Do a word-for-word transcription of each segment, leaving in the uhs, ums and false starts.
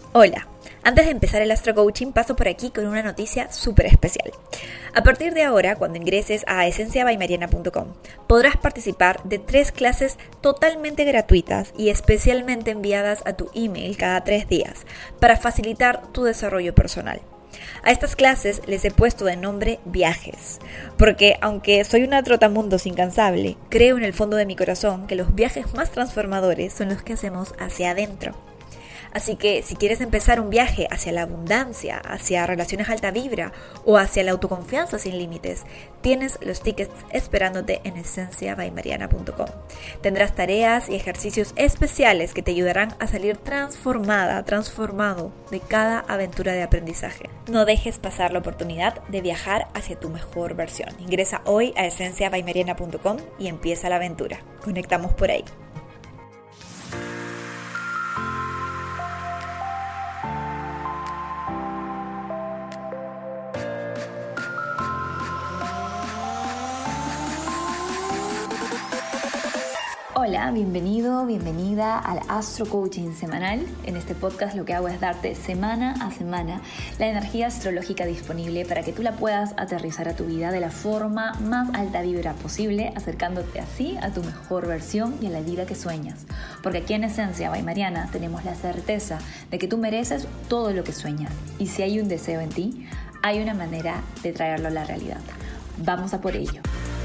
Hola, antes de empezar el Astro Coaching paso por aquí con una noticia súper especial. A partir de ahora, cuando ingreses a esencia by mariana punto com, podrás participar de tres clases totalmente gratuitas y especialmente enviadas a tu email cada tres días para facilitar tu desarrollo personal. A estas clases les he puesto de nombre viajes, porque aunque soy una trotamundos incansable, creo en el fondo de mi corazón que los viajes más transformadores son los que hacemos hacia adentro. Así que si quieres empezar un viaje hacia la abundancia, hacia relaciones alta vibra o hacia la autoconfianza sin límites, tienes los tickets esperándote en esencia by mariana punto com. Tendrás tareas y ejercicios especiales que te ayudarán a salir transformada, transformado de cada aventura de aprendizaje. No dejes pasar la oportunidad de viajar hacia tu mejor versión. Ingresa hoy a esencia by mariana punto com y empieza la aventura. Conectamos por ahí. Hola, bienvenido, bienvenida al Astro Coaching semanal. En este podcast lo que hago es darte semana a semana la energía astrológica disponible para que tú la puedas aterrizar a tu vida de la forma más alta vibra posible, acercándote así a tu mejor versión y a la vida que sueñas. Porque aquí en Esencia by Mariana tenemos la certeza de que tú mereces todo lo que sueñas. Y si hay un deseo en ti, hay una manera de traerlo a la realidad. Vamos a por ello.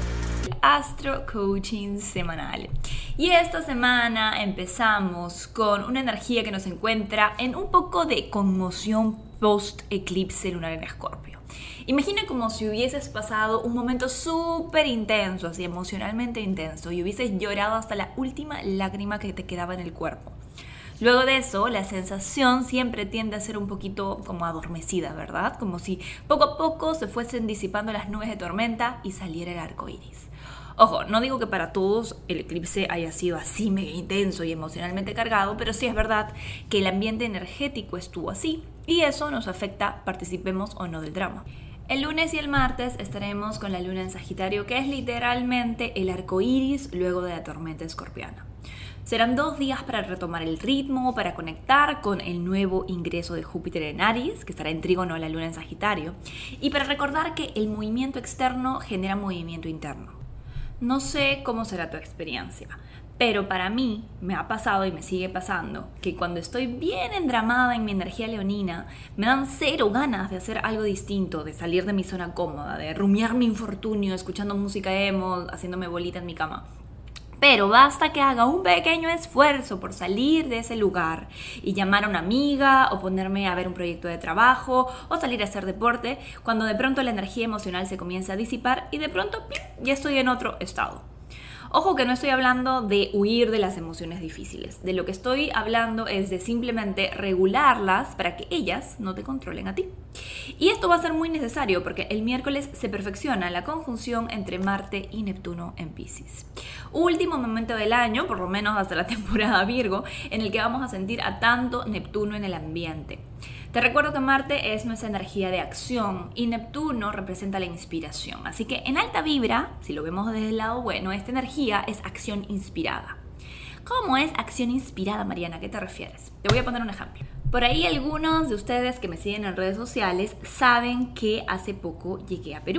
Astro Coaching semanal. Y esta semana empezamos con una energía que nos encuentra en un poco de conmoción post eclipse lunar en Escorpio. Imagina como si hubieses pasado un momento súper intenso, así emocionalmente intenso, y hubieses llorado hasta la última lágrima que te quedaba en el cuerpo. Luego de eso, la sensación siempre tiende a ser un poquito como adormecida, ¿verdad? Como si poco a poco se fuesen disipando las nubes de tormenta y saliera el arco iris. Ojo, no digo que para todos el eclipse haya sido así mega intenso y emocionalmente cargado, pero sí es verdad que el ambiente energético estuvo así y eso nos afecta, participemos o no del drama. El lunes y el martes estaremos con la luna en Sagitario, que es literalmente el arco iris luego de la tormenta escorpiana. Serán dos días para retomar el ritmo, para conectar con el nuevo ingreso de Júpiter en Aries, que estará en trígono a la luna en Sagitario, y para recordar que el movimiento externo genera movimiento interno. No sé cómo será tu experiencia, pero para mí me ha pasado y me sigue pasando que cuando estoy bien endramada en mi energía leonina, me dan cero ganas de hacer algo distinto, de salir de mi zona cómoda, de rumiar mi infortunio, escuchando música emo, haciéndome bolita en mi cama. Pero basta que haga un pequeño esfuerzo por salir de ese lugar y llamar a una amiga o ponerme a ver un proyecto de trabajo o salir a hacer deporte, cuando de pronto la energía emocional se comienza a disipar y de pronto ¡pim!, ya estoy en otro estado. Ojo que no estoy hablando de huir de las emociones difíciles. De lo que estoy hablando es de simplemente regularlas para que ellas no te controlen a ti. Y esto va a ser muy necesario porque el miércoles se perfecciona la conjunción entre Marte y Neptuno en Piscis. Último momento del año, por lo menos hasta la temporada Virgo, en el que vamos a sentir a tanto Neptuno en el ambiente. Te recuerdo que Marte es nuestra energía de acción y Neptuno representa la inspiración. Así que en alta vibra, si lo vemos desde el lado bueno, esta energía es acción inspirada. ¿Cómo es acción inspirada, Mariana? ¿A qué te refieres? Te voy a poner un ejemplo. Por ahí algunos de ustedes que me siguen en redes sociales saben que hace poco llegué a Perú.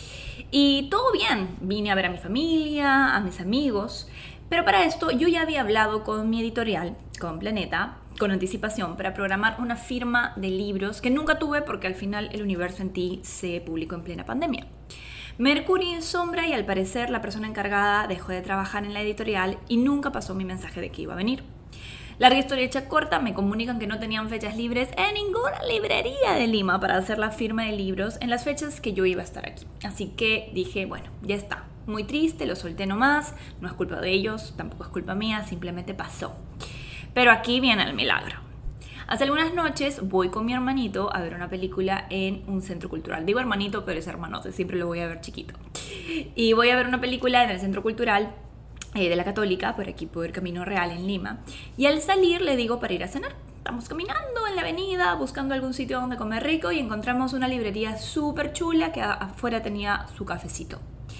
Y todo bien, vine a ver a mi familia, a mis amigos, pero para esto yo ya había hablado con mi editorial, con Planeta, con anticipación para programar una firma de libros que nunca tuve porque al final El Universo en Ti se publicó en plena pandemia. Mercurio en sombra y al parecer la persona encargada dejó de trabajar en la editorial y nunca pasó mi mensaje de que iba a venir. Larga historia hecha corta, me comunican que no tenían fechas libres en ninguna librería de Lima para hacer la firma de libros en las fechas que yo iba a estar aquí. Así que dije, bueno, ya está. Muy triste, lo solté nomás, no es culpa de ellos, tampoco es culpa mía, simplemente pasó. Pero aquí viene el milagro. Hace algunas noches voy con mi hermanito a ver una película en un centro cultural. Digo hermanito, pero es hermanote, siempre lo voy a ver chiquito. Y voy a ver una película en el centro cultural eh, de la Católica, por aquí por Camino Real en Lima. Y al salir le digo para ir a cenar. Estamos caminando en la avenida, buscando algún sitio donde comer rico y encontramos una librería súper chula que afuera tenía su cafecito.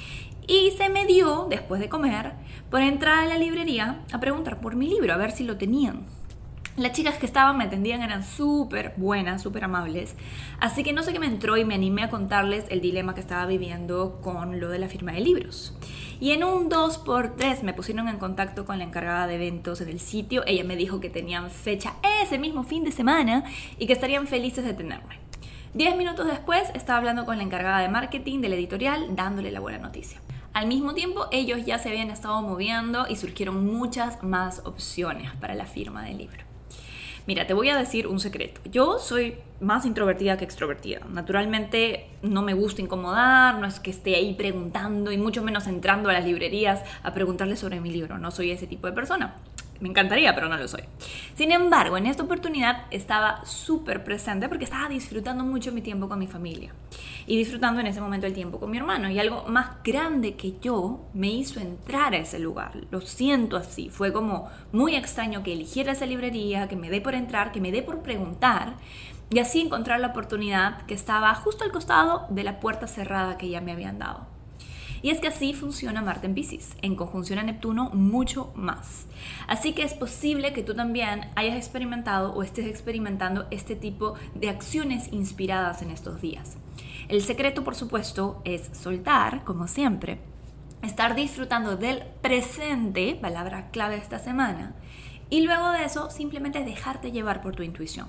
Y se me dio, después de comer, por entrar a la librería a preguntar por mi libro, a ver si lo tenían. Las chicas que estaban me atendían eran súper buenas, súper amables, así que no sé qué me entró y me animé a contarles el dilema que estaba viviendo con lo de la firma de libros. Y en un dos por tres me pusieron en contacto con la encargada de eventos en el sitio. Ella me dijo que tenían fecha ese mismo fin de semana y que estarían felices de tenerme. Diez minutos después estaba hablando con la encargada de marketing de la editorial dándole la buena noticia. Al mismo tiempo, ellos ya se habían estado moviendo y surgieron muchas más opciones para la firma del libro. Mira, te voy a decir un secreto. Yo soy más introvertida que extrovertida. Naturalmente no me gusta incomodar, no es que esté ahí preguntando y mucho menos entrando a las librerías a preguntarles sobre mi libro. No soy ese tipo de persona. Me encantaría, pero no lo soy. Sin embargo, en esta oportunidad estaba súper presente porque estaba disfrutando mucho mi tiempo con mi familia y disfrutando en ese momento el tiempo con mi hermano. Y algo más grande que yo me hizo entrar a ese lugar. Lo siento así. Fue como muy extraño que eligiera esa librería, que me dé por entrar, que me dé por preguntar y así encontrar la oportunidad que estaba justo al costado de la puerta cerrada que ya me habían dado. Y es que así funciona Marte en Piscis, en conjunción a Neptuno mucho más. Así que es posible que tú también hayas experimentado o estés experimentando este tipo de acciones inspiradas en estos días. El secreto, por supuesto, es soltar, como siempre, estar disfrutando del presente, palabra clave de esta semana, y luego de eso simplemente dejarte llevar por tu intuición.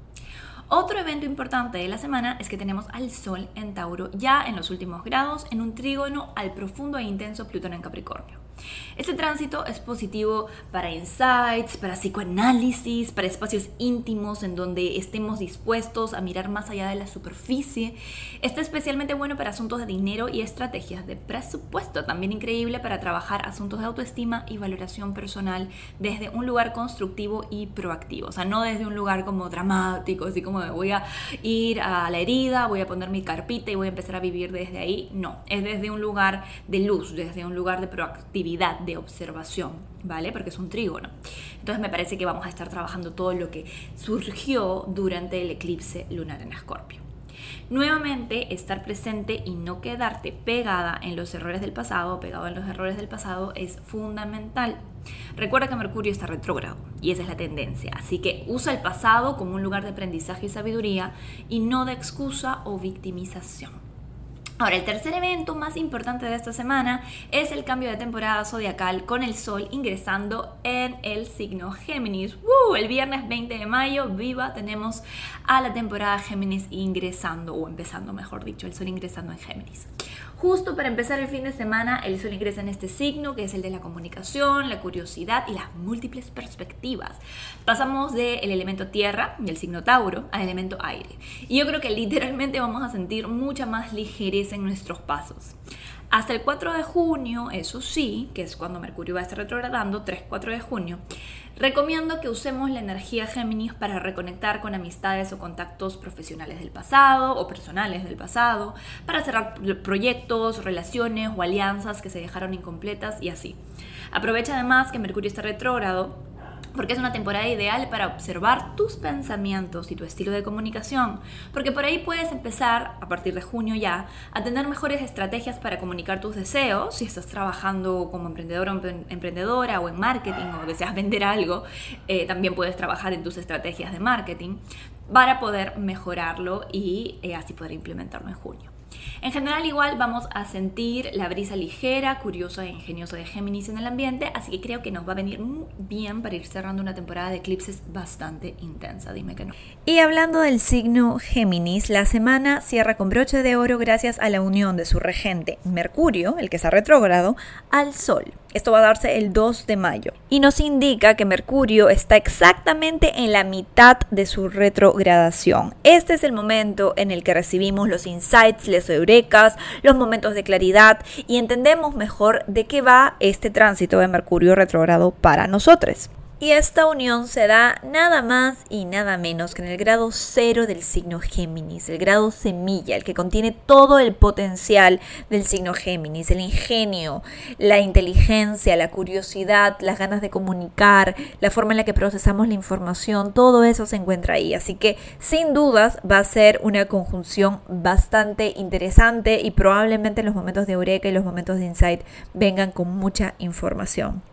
Otro evento importante de la semana es que tenemos al Sol en Tauro ya en los últimos grados en un trígono al profundo e intenso Plutón en Capricornio. Este tránsito es positivo para insights, para psicoanálisis, para espacios íntimos en donde estemos dispuestos a mirar más allá de la superficie. Está especialmente bueno para asuntos de dinero y estrategias de presupuesto. También increíble para trabajar asuntos de autoestima y valoración personal desde un lugar constructivo y proactivo. O sea, no desde un lugar como dramático, así como me voy a ir a la herida, voy a poner mi carpita y voy a empezar a vivir desde ahí. No, es desde un lugar de luz, desde un lugar de proactividad, de observación, ¿vale? Porque es un trígono. Entonces me parece que vamos a estar trabajando todo lo que surgió durante el eclipse lunar en Escorpio. Nuevamente, estar presente y no quedarte pegada en los errores del pasado, pegado en los errores del pasado es fundamental. Recuerda que Mercurio está retrógrado y esa es la tendencia, así que usa el pasado como un lugar de aprendizaje y sabiduría y no de excusa o victimización. Ahora, el tercer evento más importante de esta semana es el cambio de temporada zodiacal con el Sol ingresando en el signo Géminis. ¡Uh! El viernes veinte de mayo, viva, tenemos a la temporada Géminis ingresando, o empezando mejor dicho, el Sol ingresando en Géminis. Justo para empezar el fin de semana, el Sol ingresa en este signo, que es el de la comunicación, la curiosidad y las múltiples perspectivas. Pasamos del elemento tierra, del signo Tauro, al elemento aire. Y yo creo que literalmente vamos a sentir mucha más ligereza en nuestros pasos. Hasta el cuatro de junio, eso sí, que es cuando Mercurio va a estar retrogradando, tres cuatro de junio, recomiendo que usemos la energía Géminis para reconectar con amistades o contactos profesionales del pasado o personales del pasado, para cerrar proyectos, relaciones o alianzas que se dejaron incompletas y así. Aprovecha además que Mercurio está retrógrado porque es una temporada ideal para observar tus pensamientos y tu estilo de comunicación, porque por ahí puedes empezar, a partir de junio ya, a tener mejores estrategias para comunicar tus deseos, si estás trabajando como emprendedor o emprendedora o en marketing o deseas vender algo, eh, también puedes trabajar en tus estrategias de marketing para poder mejorarlo y eh, así poder implementarlo en junio. En general igual vamos a sentir la brisa ligera, curiosa e ingeniosa de Géminis en el ambiente, así que creo que nos va a venir muy bien para ir cerrando una temporada de eclipses bastante intensa, dime que no. Y hablando del signo Géminis, la semana cierra con broche de oro gracias a la unión de su regente Mercurio, el que está retrógrado, al Sol. Esto va a darse el dos de mayo y nos indica que Mercurio está exactamente en la mitad de su retrogradación. Este es el momento en el que recibimos los insights, las eurecas, los momentos de claridad y entendemos mejor de qué va este tránsito de Mercurio retrógrado para nosotros. Y esta unión se da nada más y nada menos que en el grado cero del signo Géminis, el grado semilla, el que contiene todo el potencial del signo Géminis, el ingenio, la inteligencia, la curiosidad, las ganas de comunicar, la forma en la que procesamos la información, todo eso se encuentra ahí. Así que sin dudas va a ser una conjunción bastante interesante y probablemente los momentos de eureka y los momentos de insight vengan con mucha información.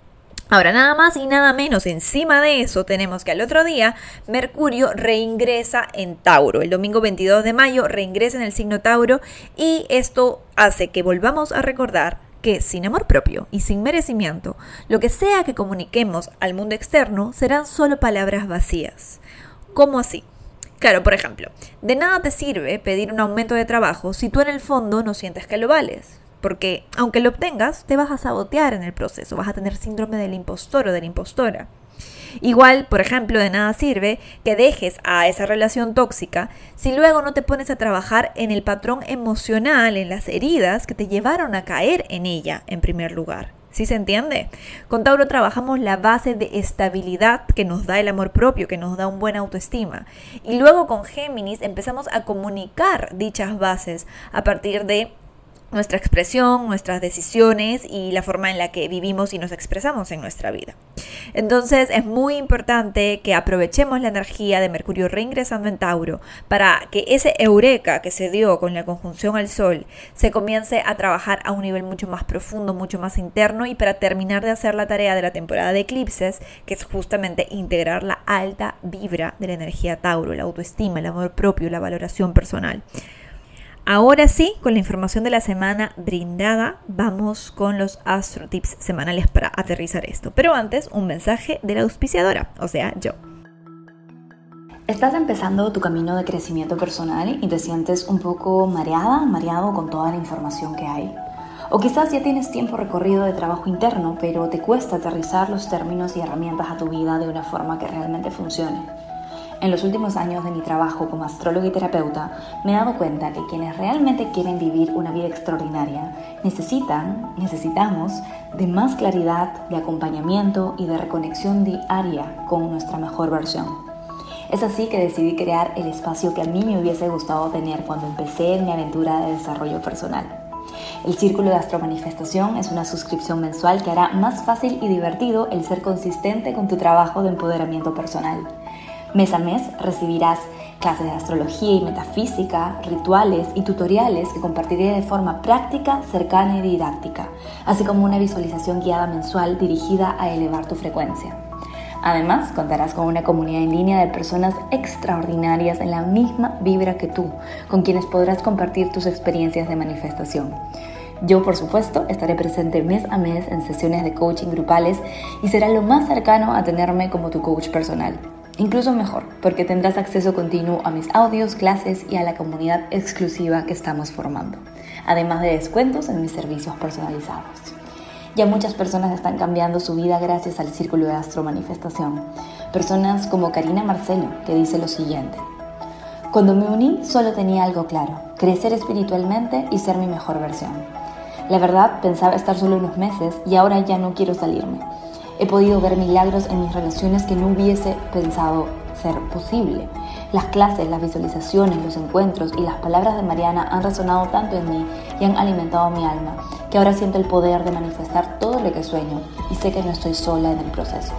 Ahora, nada más y nada menos, encima de eso tenemos que al otro día Mercurio reingresa en Tauro. El domingo veintidós de mayo reingresa en el signo Tauro y esto hace que volvamos a recordar que sin amor propio y sin merecimiento, lo que sea que comuniquemos al mundo externo serán solo palabras vacías. ¿Cómo así? Claro, por ejemplo, de nada te sirve pedir un aumento de trabajo si tú en el fondo no sientes que lo vales. Porque aunque lo obtengas, te vas a sabotear en el proceso, vas a tener síndrome del impostor o de la impostora. Igual, por ejemplo, de nada sirve que dejes a esa relación tóxica si luego no te pones a trabajar en el patrón emocional, en las heridas que te llevaron a caer en ella en primer lugar. ¿Sí se entiende? Con Tauro trabajamos la base de estabilidad que nos da el amor propio, que nos da un buen autoestima. Y luego con Géminis empezamos a comunicar dichas bases a partir de nuestra expresión, nuestras decisiones y la forma en la que vivimos y nos expresamos en nuestra vida. Entonces es muy importante que aprovechemos la energía de Mercurio reingresando en Tauro para que ese eureka que se dio con la conjunción al Sol se comience a trabajar a un nivel mucho más profundo, mucho más interno, y para terminar de hacer la tarea de la temporada de eclipses, que es justamente integrar la alta vibra de la energía Tauro, la autoestima, el amor propio, la valoración personal. Ahora sí, con la información de la semana brindada, vamos con los Astro Tips semanales para aterrizar esto. Pero antes, un mensaje de la auspiciadora, o sea, yo. ¿Estás empezando tu camino de crecimiento personal y te sientes un poco mareada, mareado con toda la información que hay? O quizás ya tienes tiempo recorrido de trabajo interno, pero te cuesta aterrizar los términos y herramientas a tu vida de una forma que realmente funcione. En los últimos años de mi trabajo como astróloga y terapeuta, me he dado cuenta que quienes realmente quieren vivir una vida extraordinaria necesitan, necesitamos de más claridad, de acompañamiento y de reconexión diaria con nuestra mejor versión. Es así que decidí crear el espacio que a mí me hubiese gustado tener cuando empecé en mi aventura de desarrollo personal. El Círculo de Astromanifestación es una suscripción mensual que hará más fácil y divertido el ser consistente con tu trabajo de empoderamiento personal. Mes a mes recibirás clases de astrología y metafísica, rituales y tutoriales que compartiré de forma práctica, cercana y didáctica, así como una visualización guiada mensual dirigida a elevar tu frecuencia. Además, contarás con una comunidad en línea de personas extraordinarias en la misma vibra que tú, con quienes podrás compartir tus experiencias de manifestación. Yo, por supuesto, estaré presente mes a mes en sesiones de coaching grupales y será lo más cercano a tenerme como tu coach personal. Incluso mejor, porque tendrás acceso continuo a mis audios, clases y a la comunidad exclusiva que estamos formando, además de descuentos en mis servicios personalizados. Ya muchas personas están cambiando su vida gracias al Círculo de Astromanifestación. Personas como Karina Marcelo, que dice lo siguiente: cuando me uní solo tenía algo claro, crecer espiritualmente y ser mi mejor versión. La verdad, pensaba estar solo unos meses y ahora ya no quiero salirme. He podido ver milagros en mis relaciones que no hubiese pensado ser posible. Las clases, las visualizaciones, los encuentros y las palabras de Mariana han resonado tanto en mí y han alimentado mi alma, que ahora siento el poder de manifestar todo lo que sueño y sé que no estoy sola en el proceso.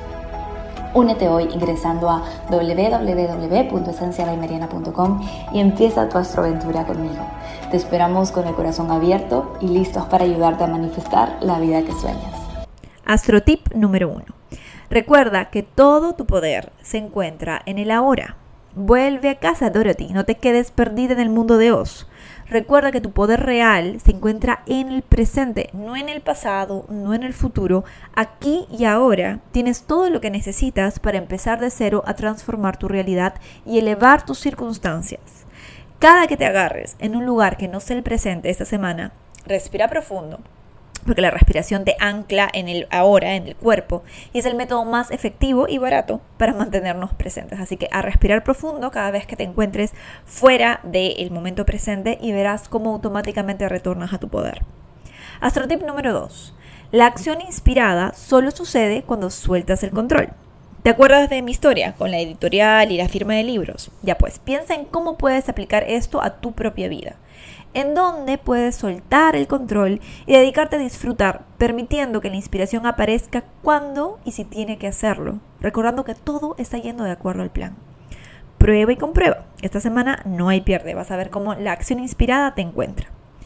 Únete hoy ingresando a doble u doble u doble u punto esencia by mariana punto com y empieza tu astroaventura conmigo. Te esperamos con el corazón abierto y listos para ayudarte a manifestar la vida que sueñas. Astro tip número uno. Recuerda que todo tu poder se encuentra en el ahora. Vuelve a casa, Dorothy, no te quedes perdida en el mundo de Oz. Recuerda que tu poder real se encuentra en el presente, no en el pasado, no en el futuro. Aquí y ahora tienes todo lo que necesitas para empezar de cero a transformar tu realidad y elevar tus circunstancias. Cada que te agarres en un lugar que no sea el presente esta semana, respira profundo, porque la respiración te ancla en el ahora, en el cuerpo, y es el método más efectivo y barato para mantenernos presentes. Así que a respirar profundo cada vez que te encuentres fuera del momento presente y verás cómo automáticamente retornas a tu poder. Astrotip número dos. La acción inspirada solo sucede cuando sueltas el control. ¿Te acuerdas de mi historia con la editorial y la firma de libros? Ya pues, piensa en cómo puedes aplicar esto a tu propia vida. En donde puedes soltar el control y dedicarte a disfrutar, permitiendo que la inspiración aparezca cuando y si tiene que hacerlo, recordando que todo está yendo de acuerdo al plan. Prueba y comprueba. Esta semana no hay pierde, vas a ver cómo la acción inspirada te encuentra.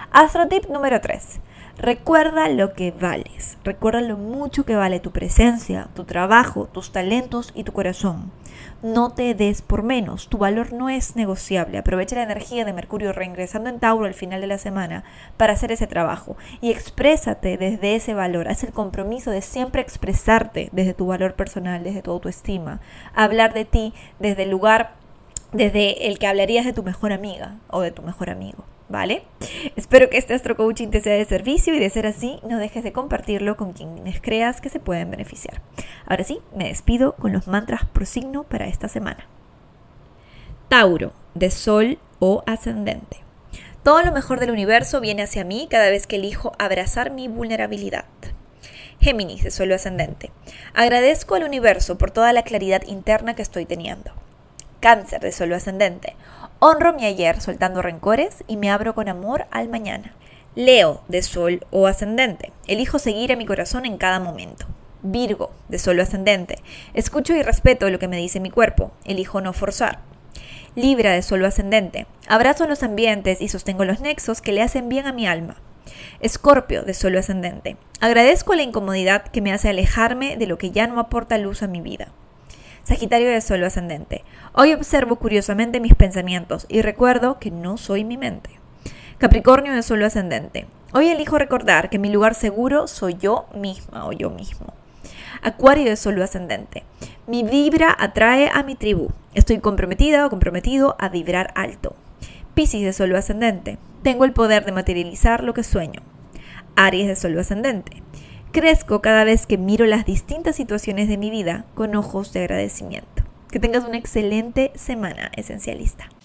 Astro tip número tres. Recuerda lo que vales. Recuerda lo mucho que vale tu presencia, tu trabajo, tus talentos y tu corazón. No te des por menos. Tu valor no es negociable. Aprovecha la energía de Mercurio reingresando en Tauro al final de la semana para hacer ese trabajo. Y exprésate desde ese valor. Haz el compromiso de siempre expresarte desde tu valor personal, desde tu autoestima. Hablar de ti desde el lugar, desde el que hablarías de tu mejor amiga o de tu mejor amigo. ¿Vale? Espero que este Astro Coaching te sea de servicio y de ser así, no dejes de compartirlo con quienes creas que se pueden beneficiar. Ahora sí, me despido con los mantras por signo para esta semana. Tauro, de Sol o Ascendente. Todo lo mejor del universo viene hacia mí cada vez que elijo abrazar mi vulnerabilidad. Géminis, de Sol o Ascendente. Agradezco al universo por toda la claridad interna que estoy teniendo. Cáncer, de Sol o Ascendente. Honro mi ayer soltando rencores y me abro con amor al mañana. Leo, de Sol o Ascendente. Elijo seguir a mi corazón en cada momento. Virgo, de Sol o Ascendente. Escucho y respeto lo que me dice mi cuerpo. Elijo no forzar. Libra, de Sol o Ascendente. Abrazo los ambientes y sostengo los nexos que le hacen bien a mi alma. Escorpio, de Sol o Ascendente. Agradezco la incomodidad que me hace alejarme de lo que ya no aporta luz a mi vida. Sagitario, de Sol o Ascendente. Hoy observo curiosamente mis pensamientos y recuerdo que no soy mi mente. Capricornio, de Sol o Ascendente. Hoy elijo recordar que mi lugar seguro soy yo misma o yo mismo. Acuario, de Sol o Ascendente. Mi vibra atrae a mi tribu. Estoy comprometida o comprometido a vibrar alto. Piscis, de Sol o Ascendente. Tengo el poder de materializar lo que sueño. Aries, de Sol o Ascendente. Crezco cada vez que miro las distintas situaciones de mi vida con ojos de agradecimiento. Que tengas una excelente semana, esencialista.